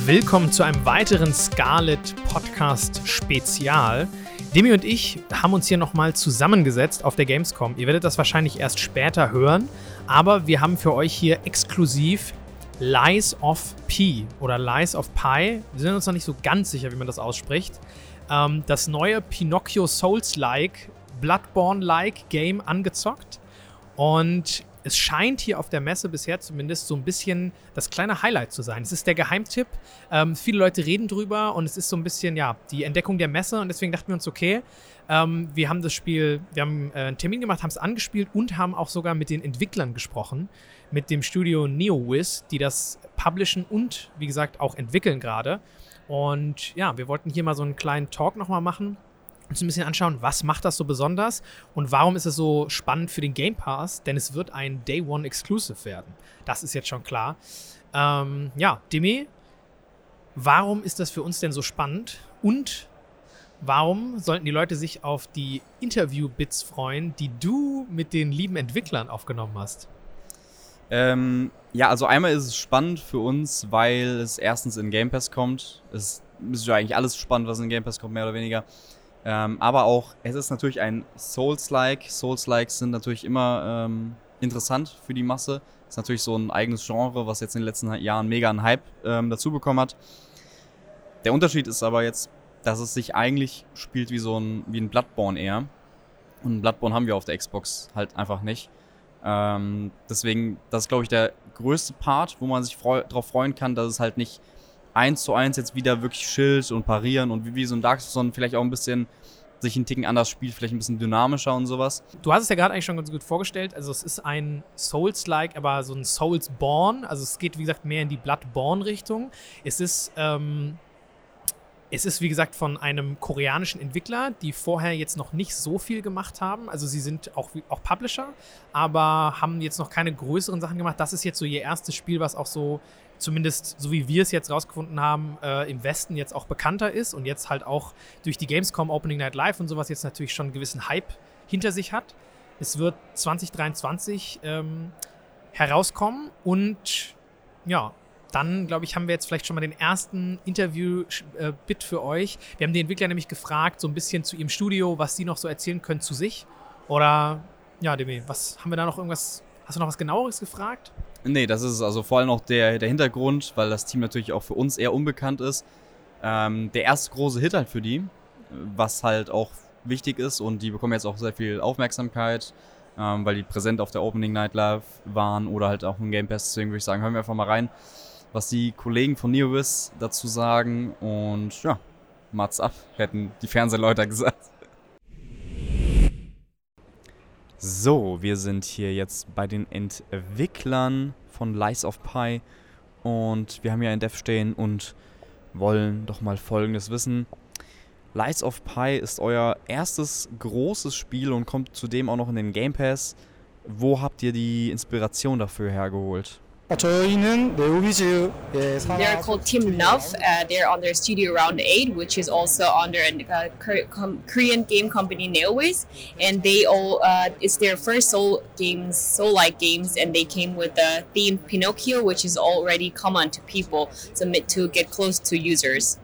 Willkommen zu einem weiteren Scarlet Podcast Spezial. Demi und ich haben uns hier nochmal zusammengesetzt auf der Gamescom. Ihr werdet das wahrscheinlich erst später hören, aber wir haben für euch hier exklusiv Lies of P oder Lies of Pi. Wir sind uns noch nicht so ganz sicher, wie man das ausspricht. Das neue Pinocchio Souls-like, Bloodborne-like Game angezockt. Und es scheint hier auf der Messe bisher zumindest so ein bisschen das kleine Highlight zu sein. Es ist der Geheimtipp. Viele Leute reden drüber und es ist so ein bisschen, ja, die Entdeckung der Messe. Und deswegen dachten wir uns, okay, wir haben einen Termin gemacht, haben es angespielt und haben auch sogar mit den Entwicklern gesprochen. Mit dem Studio NeoWiz, die das publishen und, wie gesagt, auch entwickeln gerade. Und ja, wir wollten hier mal so einen kleinen Talk nochmal machen. Uns ein bisschen anschauen, was macht das so besonders und warum ist es so spannend für den Game Pass, denn es wird ein Day One Exclusive werden. Das ist jetzt schon klar. Ja, Demi, warum ist das für uns denn so spannend und warum sollten die Leute sich auf die Interview-Bits freuen, die du mit den lieben Entwicklern aufgenommen hast? Ja, also einmal ist es spannend für uns, weil es erstens in Game Pass kommt. Es ist ja eigentlich alles spannend, was in Game Pass kommt, mehr oder weniger. Aber auch, es ist natürlich ein Souls-like. Souls-likes sind natürlich immer interessant für die Masse. Ist natürlich so ein eigenes Genre, was jetzt in den letzten Jahren mega einen Hype dazu bekommen hat. Der Unterschied ist aber jetzt, dass es sich eigentlich spielt wie ein Bloodborne eher. Und Bloodborne haben wir auf der Xbox halt einfach nicht. Deswegen, das ist, glaube ich, der größte Part, wo man sich darauf freuen kann, dass es halt nicht 1:1 jetzt wieder wirklich Schild und Parieren und wie so ein Dark Souls, sondern vielleicht auch ein bisschen sich einen Ticken anders spielt, vielleicht ein bisschen dynamischer und sowas. Du hast es ja gerade eigentlich schon ganz gut vorgestellt. Also es ist ein Souls-like, aber so ein Soulsborne. Also es geht, wie gesagt, mehr in die Bloodborne-Richtung. Es ist, wie gesagt, von einem koreanischen Entwickler, die vorher jetzt noch nicht so viel gemacht haben. Also sie sind auch Publisher, aber haben jetzt noch keine größeren Sachen gemacht. Das ist jetzt so ihr erstes Spiel, was auch so, zumindest so wie wir es jetzt rausgefunden haben, im Westen jetzt auch bekannter ist und jetzt halt auch durch die Gamescom Opening Night Live und sowas jetzt natürlich schon einen gewissen Hype hinter sich hat. Es wird 2023 herauskommen und ja, dann, glaube ich, haben wir jetzt vielleicht schon mal den ersten Interview-Bit für euch. Wir haben die Entwickler nämlich gefragt, so ein bisschen zu ihrem Studio, was sie noch so erzählen können zu sich. Oder, ja, Demi, was haben wir da noch irgendwas, hast du noch was Genaueres gefragt? Nee, das ist also vor allem auch der Hintergrund, weil das Team natürlich auch für uns eher unbekannt ist. Der erste große Hit halt für die, was halt auch wichtig ist und die bekommen jetzt auch sehr viel Aufmerksamkeit, weil die präsent auf der Opening Night Live waren oder halt auch im Game Pass. Deswegen würde ich sagen, hören wir einfach mal rein, was die Kollegen von NeoWiz dazu sagen. Und ja, Mats ab, hätten die Fernsehleute gesagt. So, wir sind hier jetzt bei den Entwicklern von Lies of Pi. Und wir haben hier ein Dev stehen und wollen doch mal Folgendes wissen. Lies of Pi ist euer erstes großes Spiel und kommt zudem auch noch in den Game Pass. Wo habt ihr die Inspiration dafür hergeholt? 저희는 네오위즈 They're called Team Nuff. They're on their Studio Round 8, which is also under a Korean game company NeoWiz, and they all it's their first Soul-like games, and they came with the theme Pinocchio, which is already common to people, so to get close to users.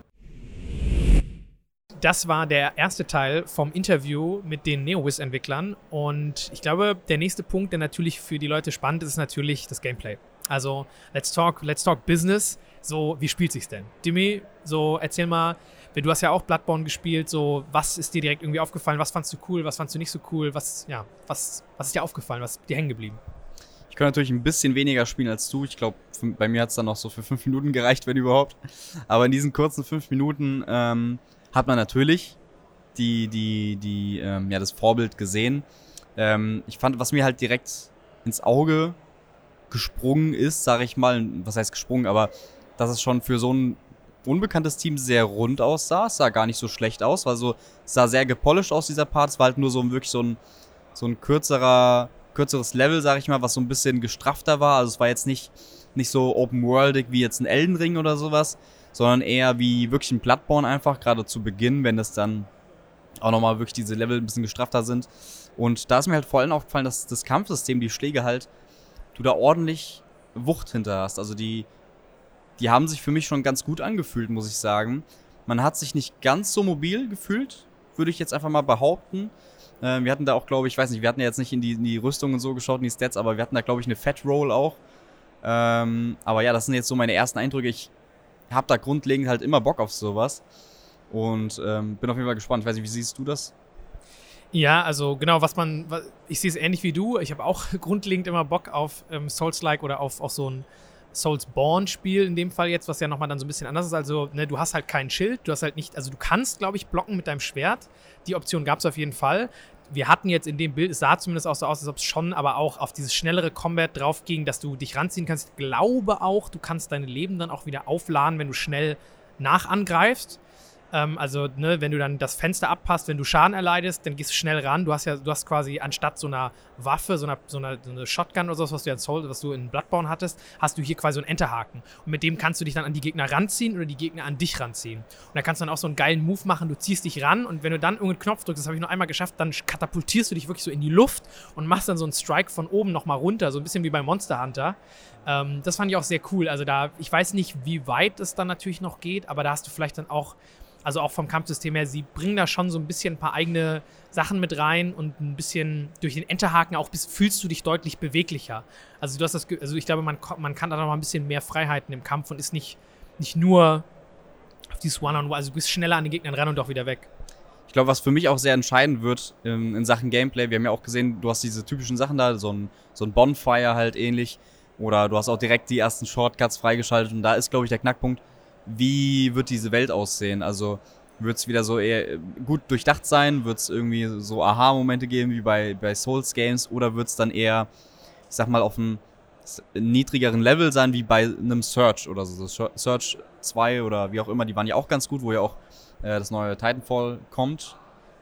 Das war der erste Teil vom Interview mit den NeoWiz-Entwicklern und ich glaube, der nächste Punkt, der natürlich für die Leute spannend ist, ist natürlich das Gameplay. Also, let's talk Business. So, wie spielt sich's denn? Demi, so, erzähl mal, du hast ja auch Bloodborne gespielt, so, was ist dir direkt irgendwie aufgefallen? Was fandst du cool, was fandst du nicht so cool? Was ist dir aufgefallen? Was ist dir hängen geblieben? Ich kann natürlich ein bisschen weniger spielen als du. Ich glaube, bei mir hat es dann noch so für 5 Minuten gereicht, wenn überhaupt. Aber in diesen kurzen 5 Minuten hat man natürlich das Vorbild gesehen. Ich fand, was mir halt direkt ins Auge gesprungen ist, sage ich mal, was heißt gesprungen, aber dass es schon für so ein unbekanntes Team sehr rund aussah. Es sah gar nicht so schlecht aus, es sah sehr gepolished aus, dieser Part. Es war halt nur so ein kürzeres Level, sage ich mal, was so ein bisschen gestrafter war. Also es war jetzt nicht so open-worldig wie jetzt ein Elden Ring oder sowas, sondern eher wie wirklich ein Bloodborne einfach, gerade zu Beginn, wenn das dann auch nochmal wirklich diese Level ein bisschen gestrafter sind. Und da ist mir halt vor allem aufgefallen, dass das Kampfsystem, die Schläge halt, du da ordentlich Wucht hinter hast. Also die haben sich für mich schon ganz gut angefühlt, muss ich sagen. Man hat sich nicht ganz so mobil gefühlt, würde ich jetzt einfach mal behaupten. Wir hatten da auch, glaube ich, weiß nicht, wir hatten ja jetzt nicht in die Rüstung und so geschaut, in die Stats, aber wir hatten da, glaube ich, eine Fat Roll auch. Aber ja, das sind jetzt so meine ersten Eindrücke. Ich habe da grundlegend halt immer Bock auf sowas und bin auf jeden Fall gespannt. Ich weiß nicht, wie siehst du das? Ja, also genau, ich sehe es ähnlich wie du. Ich habe auch grundlegend immer Bock auf Souls-like oder auf so ein Soulsborne-Spiel in dem Fall jetzt, was ja nochmal dann so ein bisschen anders ist. Also, ne, du hast halt kein Schild, du hast halt nicht, also du kannst, glaube ich, blocken mit deinem Schwert. Die Option gab es auf jeden Fall. Wir hatten jetzt in dem Bild, es sah zumindest auch so aus, als ob es schon aber auch auf dieses schnellere Combat drauf ging, dass du dich ranziehen kannst. Ich glaube auch, du kannst deine Leben dann auch wieder aufladen, wenn du schnell nachangreifst. Also, ne, wenn du dann das Fenster abpasst, wenn du Schaden erleidest, dann gehst du schnell ran. Du hast quasi anstatt so einer Waffe, so eine Shotgun oder sowas, was du in Bloodborne hattest, hast du hier quasi so einen Enterhaken. Und mit dem kannst du dich dann an die Gegner ranziehen oder die Gegner an dich ranziehen. Und da kannst du dann auch so einen geilen Move machen, du ziehst dich ran und wenn du dann irgendeinen Knopf drückst, das habe ich nur einmal geschafft, dann katapultierst du dich wirklich so in die Luft und machst dann so einen Strike von oben nochmal runter, so ein bisschen wie bei Monster Hunter. Das fand ich auch sehr cool. Also ich weiß nicht, wie weit es dann natürlich noch geht, aber da hast du vielleicht dann auch, also auch vom Kampfsystem her, sie bringen da schon so ein bisschen ein paar eigene Sachen mit rein und ein bisschen durch den Enterhaken auch fühlst du dich deutlich beweglicher. Also du hast also ich glaube, man kann da noch mal ein bisschen mehr Freiheiten im Kampf und ist nicht nur auf dieses One-on-One, also du bist schneller an den Gegnern ran und auch wieder weg. Ich glaube, was für mich auch sehr entscheidend wird in Sachen Gameplay, wir haben ja auch gesehen, du hast diese typischen Sachen da, so ein Bonfire halt ähnlich, oder du hast auch direkt die ersten Shortcuts freigeschaltet und da ist, glaube ich, der Knackpunkt, wie wird diese Welt aussehen? Also wird es wieder so eher gut durchdacht sein? Wird es irgendwie so Aha-Momente geben wie bei Souls-Games? Oder wird es dann eher, ich sag mal, auf einem niedrigeren Level sein wie bei einem Search oder so? Search 2 oder wie auch immer, die waren ja auch ganz gut, wo ja auch das neue Titanfall kommt.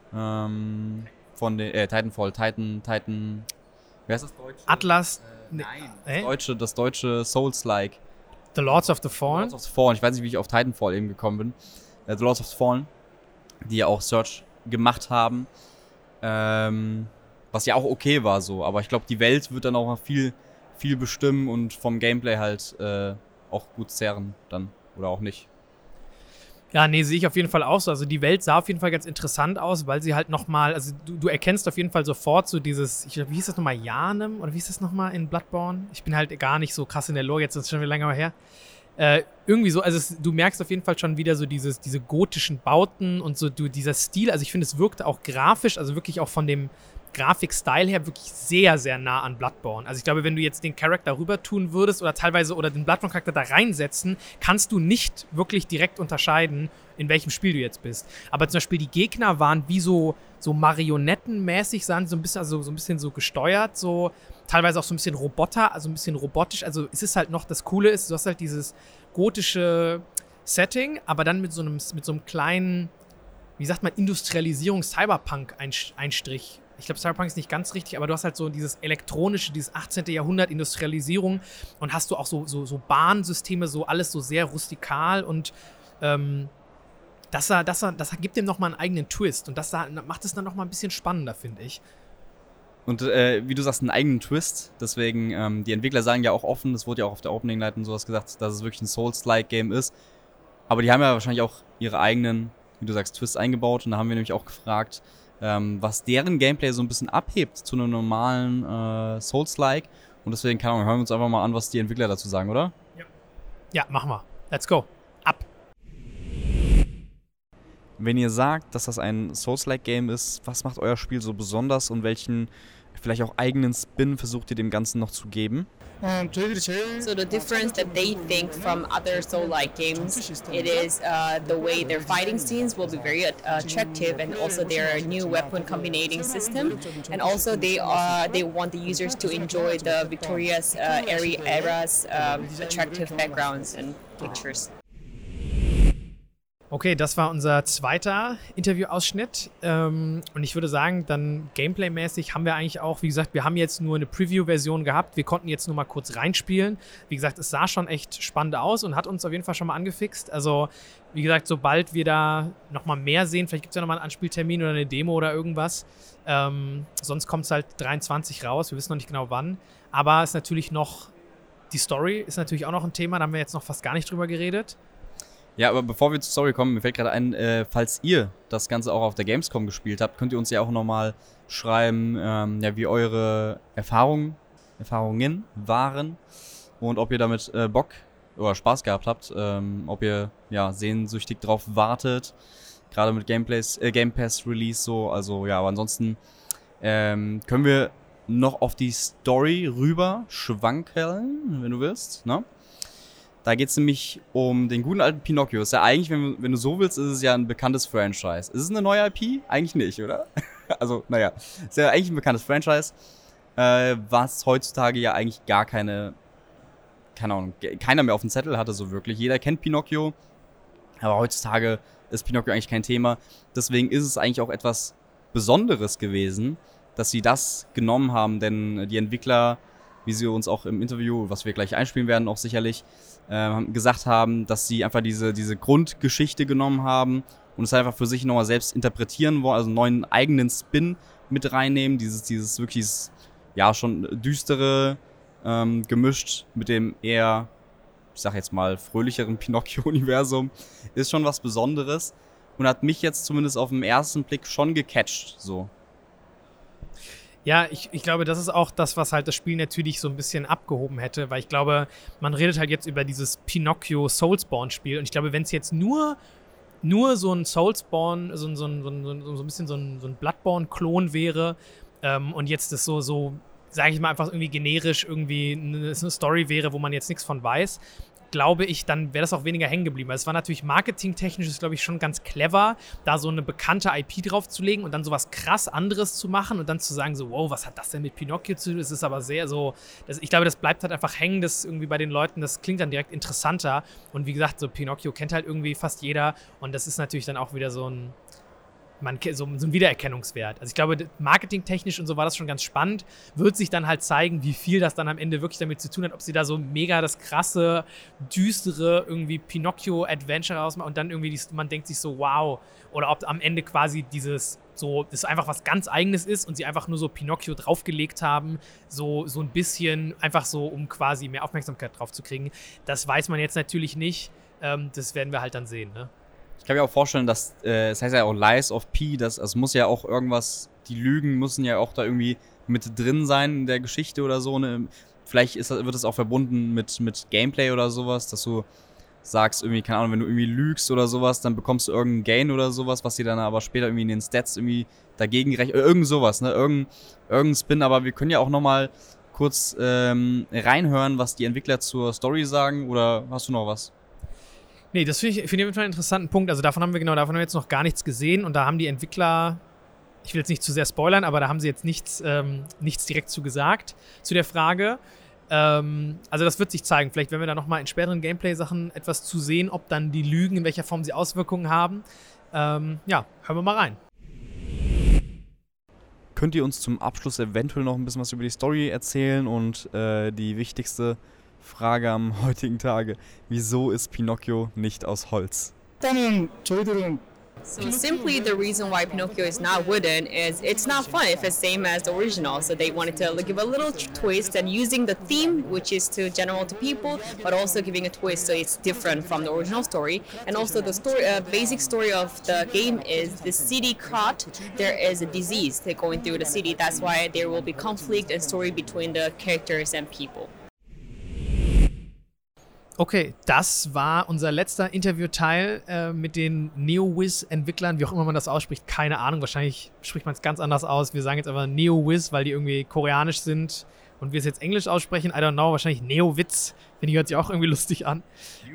Von den Titan, wer ist das Deutsche? Atlas. Nein, das deutsche Souls-like. The Lords of the Fallen? Lords of the Fallen. Ich weiß nicht, wie ich auf Titanfall eben gekommen bin. The Lords of the Fallen, die ja auch Search gemacht haben. Was ja auch okay war so. Aber ich glaube, die Welt wird dann auch noch viel, viel bestimmen und vom Gameplay halt auch gut zehren dann. Oder auch nicht. Ja, nee, sehe ich auf jeden Fall auch so. Also die Welt sah auf jeden Fall ganz interessant aus, weil sie halt nochmal, also du erkennst auf jeden Fall sofort so dieses, ich glaube, wie hieß das nochmal, Yharnam? Oder wie hieß das nochmal in Bloodborne? Ich bin halt gar nicht so krass in der Lore, jetzt ist es schon wieder lange mal her. Irgendwie so, also du merkst auf jeden Fall schon wieder so diese gotischen Bauten und so dieser Stil. Also ich finde, es wirkte auch grafisch, also wirklich auch von dem Grafik-Style her wirklich sehr, sehr nah an Bloodborne. Also ich glaube, wenn du jetzt den Charakter rüber tun würdest oder teilweise oder den Bloodborne-Charakter da reinsetzen, kannst du nicht wirklich direkt unterscheiden, in welchem Spiel du jetzt bist. Aber zum Beispiel die Gegner waren wie so marionettenmäßig, sahen so ein bisschen, also so ein bisschen so gesteuert, so teilweise auch so ein bisschen Roboter, also ein bisschen robotisch. Also es ist halt noch, das Coole ist, du hast halt dieses gotische Setting, aber dann mit so einem kleinen, wie sagt man, Industrialisierung-Cyberpunk-Einstrich. Ich glaube, Cyberpunk ist nicht ganz richtig, aber du hast halt so dieses elektronische, dieses 18. Jahrhundert Industrialisierung und hast du auch so Bahnsysteme, so alles so sehr rustikal und das gibt dem nochmal einen eigenen Twist und das macht es dann nochmal ein bisschen spannender, finde ich. Und wie du sagst, einen eigenen Twist. Deswegen, die Entwickler sagen ja auch offen, das wurde ja auch auf der Opening Night und sowas gesagt, dass es wirklich ein Souls-like-Game ist. Aber die haben ja wahrscheinlich auch ihre eigenen, wie du sagst, Twists eingebaut. Und da haben wir nämlich auch gefragt, was deren Gameplay so ein bisschen abhebt zu einem normalen Souls-like. Und deswegen, keine Ahnung, hören wir uns einfach mal an, was die Entwickler dazu sagen, oder? Ja, machen wir. Let's go. Ab. Wenn ihr sagt, dass das ein Souls-like-Game ist, was macht euer Spiel so besonders und welchen vielleicht auch eigenen Spin versucht ihr dem Ganzen noch zu geben? So the difference that they think from other Soul-like games, it is the way their fighting scenes will be very attractive, and also their new weapon combinating system, and also they want the users to enjoy the Victoria's era's attractive backgrounds and pictures. Okay, das war unser zweiter Interviewausschnitt und ich würde sagen, dann Gameplay-mäßig haben wir eigentlich auch, wie gesagt, wir haben jetzt nur eine Preview-Version gehabt, wir konnten jetzt nur mal kurz reinspielen. Wie gesagt, es sah schon echt spannend aus und hat uns auf jeden Fall schon mal angefixt. Also, wie gesagt, sobald wir da nochmal mehr sehen, vielleicht gibt es ja nochmal einen Anspieltermin oder eine Demo oder irgendwas. Sonst kommt es halt 23 raus, wir wissen noch nicht genau wann. Aber es ist natürlich noch Die Story ist natürlich auch noch ein Thema, da haben wir jetzt noch fast gar nicht drüber geredet. Ja, aber bevor wir zur Story kommen, mir fällt gerade ein, falls ihr das Ganze auch auf der Gamescom gespielt habt, könnt ihr uns ja auch nochmal schreiben, wie eure Erfahrungen waren und ob ihr damit Bock oder Spaß gehabt habt, ob ihr sehnsüchtig drauf wartet, gerade mit Game Pass Release so, also ja, aber ansonsten können wir noch auf die Story rüber schwankeln, wenn du willst, ne? Da geht es nämlich um den guten alten Pinocchio. Ist ja eigentlich, wenn du so willst, ist es ja ein bekanntes Franchise. Ist es eine neue IP? Eigentlich nicht, oder? Also, naja, ist ja eigentlich ein bekanntes Franchise, was heutzutage ja eigentlich gar keine Ahnung, keiner mehr auf dem Zettel hatte so wirklich. Jeder kennt Pinocchio, aber heutzutage ist Pinocchio eigentlich kein Thema. Deswegen ist es eigentlich auch etwas Besonderes gewesen, dass sie das genommen haben, denn die Entwickler, wie sie uns auch im Interview, was wir gleich einspielen werden, auch sicherlich, gesagt haben, dass sie einfach diese Grundgeschichte genommen haben und es einfach für sich nochmal selbst interpretieren wollen, also einen neuen eigenen Spin mit reinnehmen, dieses wirklich, ja, schon düstere, gemischt mit dem eher, ich sag jetzt mal, fröhlicheren Pinocchio-Universum, ist schon was Besonderes und hat mich jetzt zumindest auf den ersten Blick schon gecatcht, so. Ja, ich glaube, das ist auch das, was halt das Spiel natürlich so ein bisschen abgehoben hätte, weil ich glaube, man redet halt jetzt über dieses Pinocchio-Soulspawn-Spiel und ich glaube, wenn es jetzt nur so ein Soulspawn, so ein bisschen so ein Bloodborne-Klon wäre und jetzt das so, sage ich mal, einfach irgendwie generisch irgendwie eine Story wäre, wo man jetzt nichts von weiß, glaube ich, dann wäre das auch weniger hängen geblieben. Es war natürlich marketingtechnisch, ist glaube ich schon ganz clever, da so eine bekannte IP draufzulegen und dann sowas krass anderes zu machen und dann zu sagen so, wow, was hat das denn mit Pinocchio zu tun? Das ist aber sehr so, ich glaube, das bleibt halt einfach hängen, das irgendwie bei den Leuten, das klingt dann direkt interessanter und wie gesagt, so Pinocchio kennt halt irgendwie fast jeder und das ist natürlich dann auch wieder so ein Wiedererkennungswert. Also ich glaube, marketingtechnisch und so war das schon ganz spannend. Wird sich dann halt zeigen, wie viel das dann am Ende wirklich damit zu tun hat, ob sie da so mega das krasse, düstere irgendwie Pinocchio-Adventure rausmachen und dann irgendwie man denkt sich so, wow. Oder ob am Ende quasi das einfach was ganz Eigenes ist und sie einfach nur so Pinocchio draufgelegt haben, so ein bisschen einfach so, um quasi mehr Aufmerksamkeit drauf zu kriegen. Das weiß man jetzt natürlich nicht. Das werden wir halt dann sehen, ne? Ich kann mir auch vorstellen, dass, es heißt ja auch Lies of P, das muss ja auch irgendwas, die Lügen müssen ja auch da irgendwie mit drin sein in der Geschichte oder so, ne? Vielleicht wird es auch verbunden mit Gameplay oder sowas, dass du sagst irgendwie, keine Ahnung, wenn du irgendwie lügst oder sowas, dann bekommst du irgendeinen Gain oder sowas, was dir dann aber später irgendwie in den Stats irgendwie dagegen rechnet, irgend sowas, ne? Irgendein Spin, aber wir können ja auch nochmal kurz reinhören, was die Entwickler zur Story sagen, oder hast du noch was? Nee, das finde ich auf jeden Fall einen interessanten Punkt. Also davon haben wir jetzt noch gar nichts gesehen und da haben die Entwickler, ich will jetzt nicht zu sehr spoilern, aber da haben sie jetzt nichts direkt zu gesagt, zu der Frage. Also das wird sich zeigen. Vielleicht werden wir da nochmal in späteren Gameplay-Sachen etwas zu sehen, ob dann die Lügen, in welcher Form sie Auswirkungen haben. Hören wir mal rein. Könnt ihr uns zum Abschluss eventuell noch ein bisschen was über die Story erzählen und die wichtigste Frage am heutigen Tage: Wieso ist Pinocchio nicht aus Holz? So simply the reason why Pinocchio is not wooden is it's not fun if it's same as the original. So they wanted to give a little twist and using the theme, which is to general to people, but also giving a twist so it's different from the original story. And also the story, basic story of the game is the city caught. There is a disease going through the city. That's why there will be conflict and story between the characters and people. Okay, das war unser letzter Interviewteil mit den NeoWiz-Entwicklern, wie auch immer man das ausspricht, keine Ahnung, wahrscheinlich spricht man es ganz anders aus. Wir sagen jetzt aber NeoWiz, weil die irgendwie koreanisch sind und wir es jetzt englisch aussprechen, I don't know, wahrscheinlich NeoWiz, finde ich, hört sich auch irgendwie lustig an.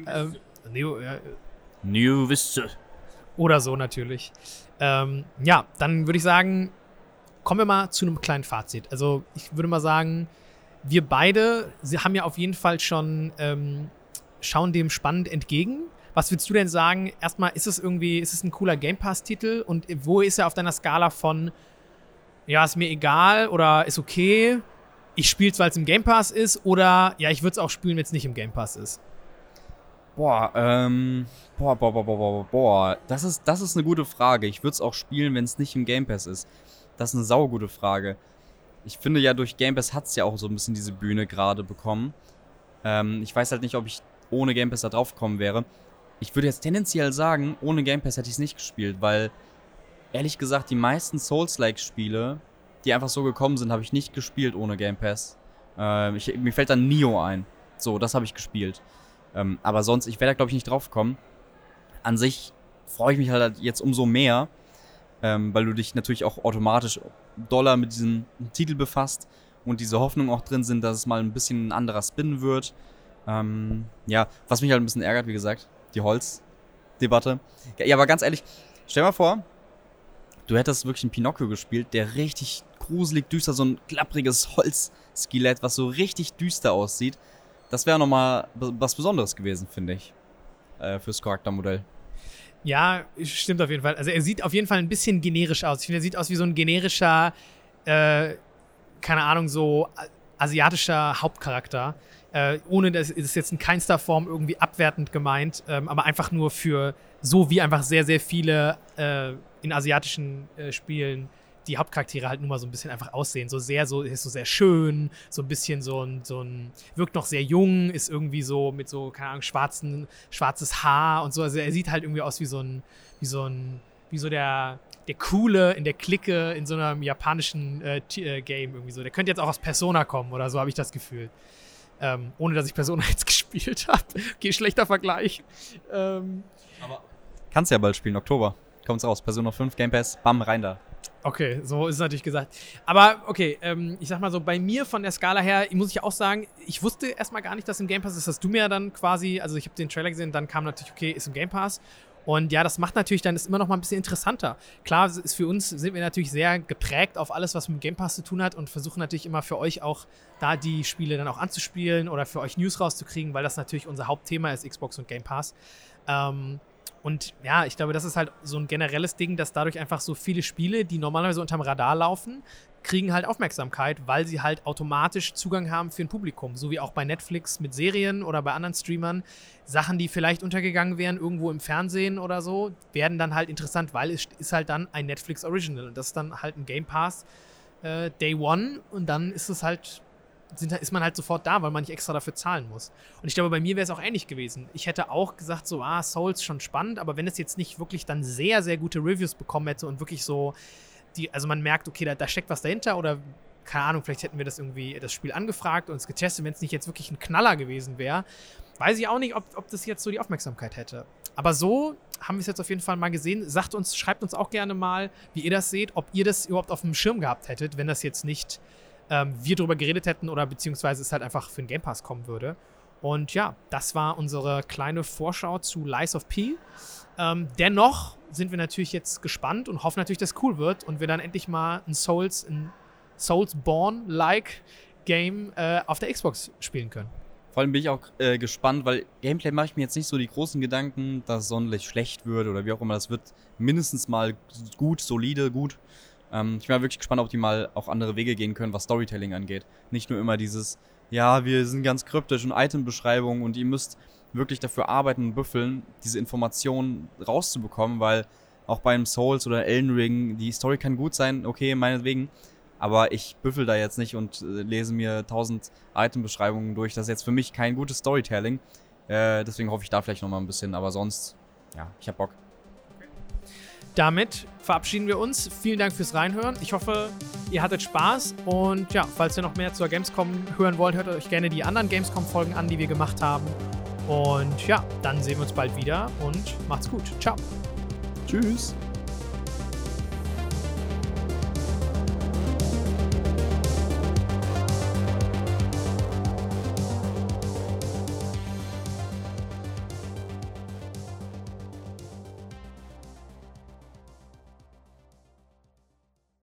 NeoWiz. Oder so natürlich. Dann würde ich sagen, kommen wir mal zu einem kleinen Fazit. Also ich würde mal sagen, wir beide haben ja auf jeden Fall schon schauen dem spannend entgegen. Was würdest du denn sagen? Erstmal, ist es ein cooler Game Pass-Titel und wo ist er auf deiner Skala von, ja, ist mir egal oder ist okay, ich spiele es, weil es im Game Pass ist, oder ja, ich würde es auch spielen, wenn es nicht im Game Pass ist? Das ist eine gute Frage. Ich würde es auch spielen, wenn es nicht im Game Pass ist. Das ist eine saugute Frage. Ich finde ja, durch Game Pass hat es ja auch so ein bisschen diese Bühne gerade bekommen. Ich weiß halt nicht, ob ich ohne Game Pass da drauf gekommen wäre. Ich würde jetzt tendenziell sagen, ohne Game Pass hätte ich es nicht gespielt, weil, ehrlich gesagt, die meisten Souls-like-Spiele, die einfach so gekommen sind, habe ich nicht gespielt ohne Game Pass. Mir fällt dann Nioh ein. So, das habe ich gespielt. Aber sonst, ich wäre da, glaube ich, nicht drauf gekommen. An sich freue ich mich halt jetzt umso mehr, weil du dich natürlich auch automatisch doller mit diesem Titel befasst und diese Hoffnung auch drin sind, dass es mal ein bisschen ein anderer Spin wird. Ja, was mich halt ein bisschen ärgert, wie gesagt, die Holzdebatte. Ja, aber ganz ehrlich, stell mal vor, du hättest wirklich einen Pinocchio gespielt, der richtig gruselig düster, so ein klappriges Holzskelett, was so richtig düster aussieht. Das wäre nochmal was Besonderes gewesen, finde ich, fürs Charaktermodell. Ja, stimmt auf jeden Fall. Also er sieht auf jeden Fall ein bisschen generisch aus. Ich finde, er sieht aus wie so ein generischer, keine Ahnung, so asiatischer Hauptcharakter. Ohne, das ist jetzt in keinster Form irgendwie abwertend gemeint, aber einfach nur für so wie einfach sehr, sehr viele in asiatischen Spielen die Hauptcharaktere halt nur mal so ein bisschen einfach aussehen. So sehr, so ist so sehr schön, so ein bisschen so ein wirkt noch sehr jung, ist irgendwie so mit so, keine Ahnung, schwarzes Haar und so. Also er sieht halt irgendwie aus wie so der Coole in der Clique in so einem japanischen Game irgendwie so. Der könnte jetzt auch aus Persona kommen oder so, habe ich das Gefühl. Ohne, dass ich Persona jetzt gespielt habe. Okay, schlechter Vergleich. Aber kannst ja bald spielen, Oktober. Kommt's raus, Persona 5, Game Pass, bam, rein da. Okay, so ist es natürlich gesagt. Aber okay, ich sag mal so, bei mir von der Skala her, muss ich auch sagen, ich wusste erstmal gar nicht, dass im Game Pass ist, dass du mir dann quasi, also ich habe den Trailer gesehen, dann kam natürlich, okay, ist im Game Pass. Und ja, das macht natürlich dann, ist immer noch mal ein bisschen interessanter. Klar, ist für uns sind wir natürlich sehr geprägt auf alles, was mit Game Pass zu tun hat und versuchen natürlich immer für euch auch da die Spiele dann auch anzuspielen oder für euch News rauszukriegen, weil das natürlich unser Hauptthema ist, Xbox und Game Pass. Und ja, ich glaube, das ist halt so ein generelles Ding, dass dadurch einfach so viele Spiele, die normalerweise unterm Radar laufen, kriegen halt Aufmerksamkeit, weil sie halt automatisch Zugang haben für ein Publikum. So wie auch bei Netflix mit Serien oder bei anderen Streamern. Sachen, die vielleicht untergegangen wären irgendwo im Fernsehen oder so, werden dann halt interessant, weil es ist halt dann ein Netflix Original. Und das ist dann halt ein Game Pass Day One und dann ist es halt ist man halt sofort da, weil man nicht extra dafür zahlen muss. Und ich glaube, bei mir wäre es auch ähnlich gewesen. Ich hätte auch gesagt, so, Souls schon spannend, aber wenn es jetzt nicht wirklich dann sehr, sehr gute Reviews bekommen hätte und wirklich so, also man merkt, okay, da steckt was dahinter oder, keine Ahnung, vielleicht hätten wir das Spiel angefragt und es getestet, wenn es nicht jetzt wirklich ein Knaller gewesen wäre, weiß ich auch nicht, ob das jetzt so die Aufmerksamkeit hätte. Aber so haben wir es jetzt auf jeden Fall mal gesehen. Schreibt uns auch gerne mal, wie ihr das seht, ob ihr das überhaupt auf dem Schirm gehabt hättet, wenn das jetzt nicht wir drüber geredet hätten oder beziehungsweise es halt einfach für den Game Pass kommen würde. Und ja, das war unsere kleine Vorschau zu Lies of P. Dennoch sind wir natürlich jetzt gespannt und hoffen natürlich, dass es cool wird und wir dann endlich mal ein Soulsborne-like Game auf der Xbox spielen können. Vor allem bin ich auch gespannt, weil Gameplay mache ich mir jetzt nicht so die großen Gedanken, dass es sonderlich schlecht wird oder wie auch immer. Das wird mindestens mal gut, solide, gut. Ich bin mal wirklich gespannt, ob die mal auch andere Wege gehen können, was Storytelling angeht. Nicht nur immer dieses, ja, wir sind ganz kryptisch und Itembeschreibungen und ihr müsst wirklich dafür arbeiten und büffeln, diese Informationen rauszubekommen, weil auch bei einem Souls oder Elden Ring, die Story kann gut sein, okay, meinetwegen, aber ich büffel da jetzt nicht und lese mir 1000 Itembeschreibungen durch. Das ist jetzt für mich kein gutes Storytelling. Deswegen hoffe ich da vielleicht nochmal ein bisschen, aber sonst, ja, ich hab Bock. Damit verabschieden wir uns. Vielen Dank fürs Reinhören. Ich hoffe, ihr hattet Spaß. Und ja, falls ihr noch mehr zur Gamescom hören wollt, hört euch gerne die anderen Gamescom-Folgen an, die wir gemacht haben. Und ja, dann sehen wir uns bald wieder und macht's gut. Ciao. Tschüss.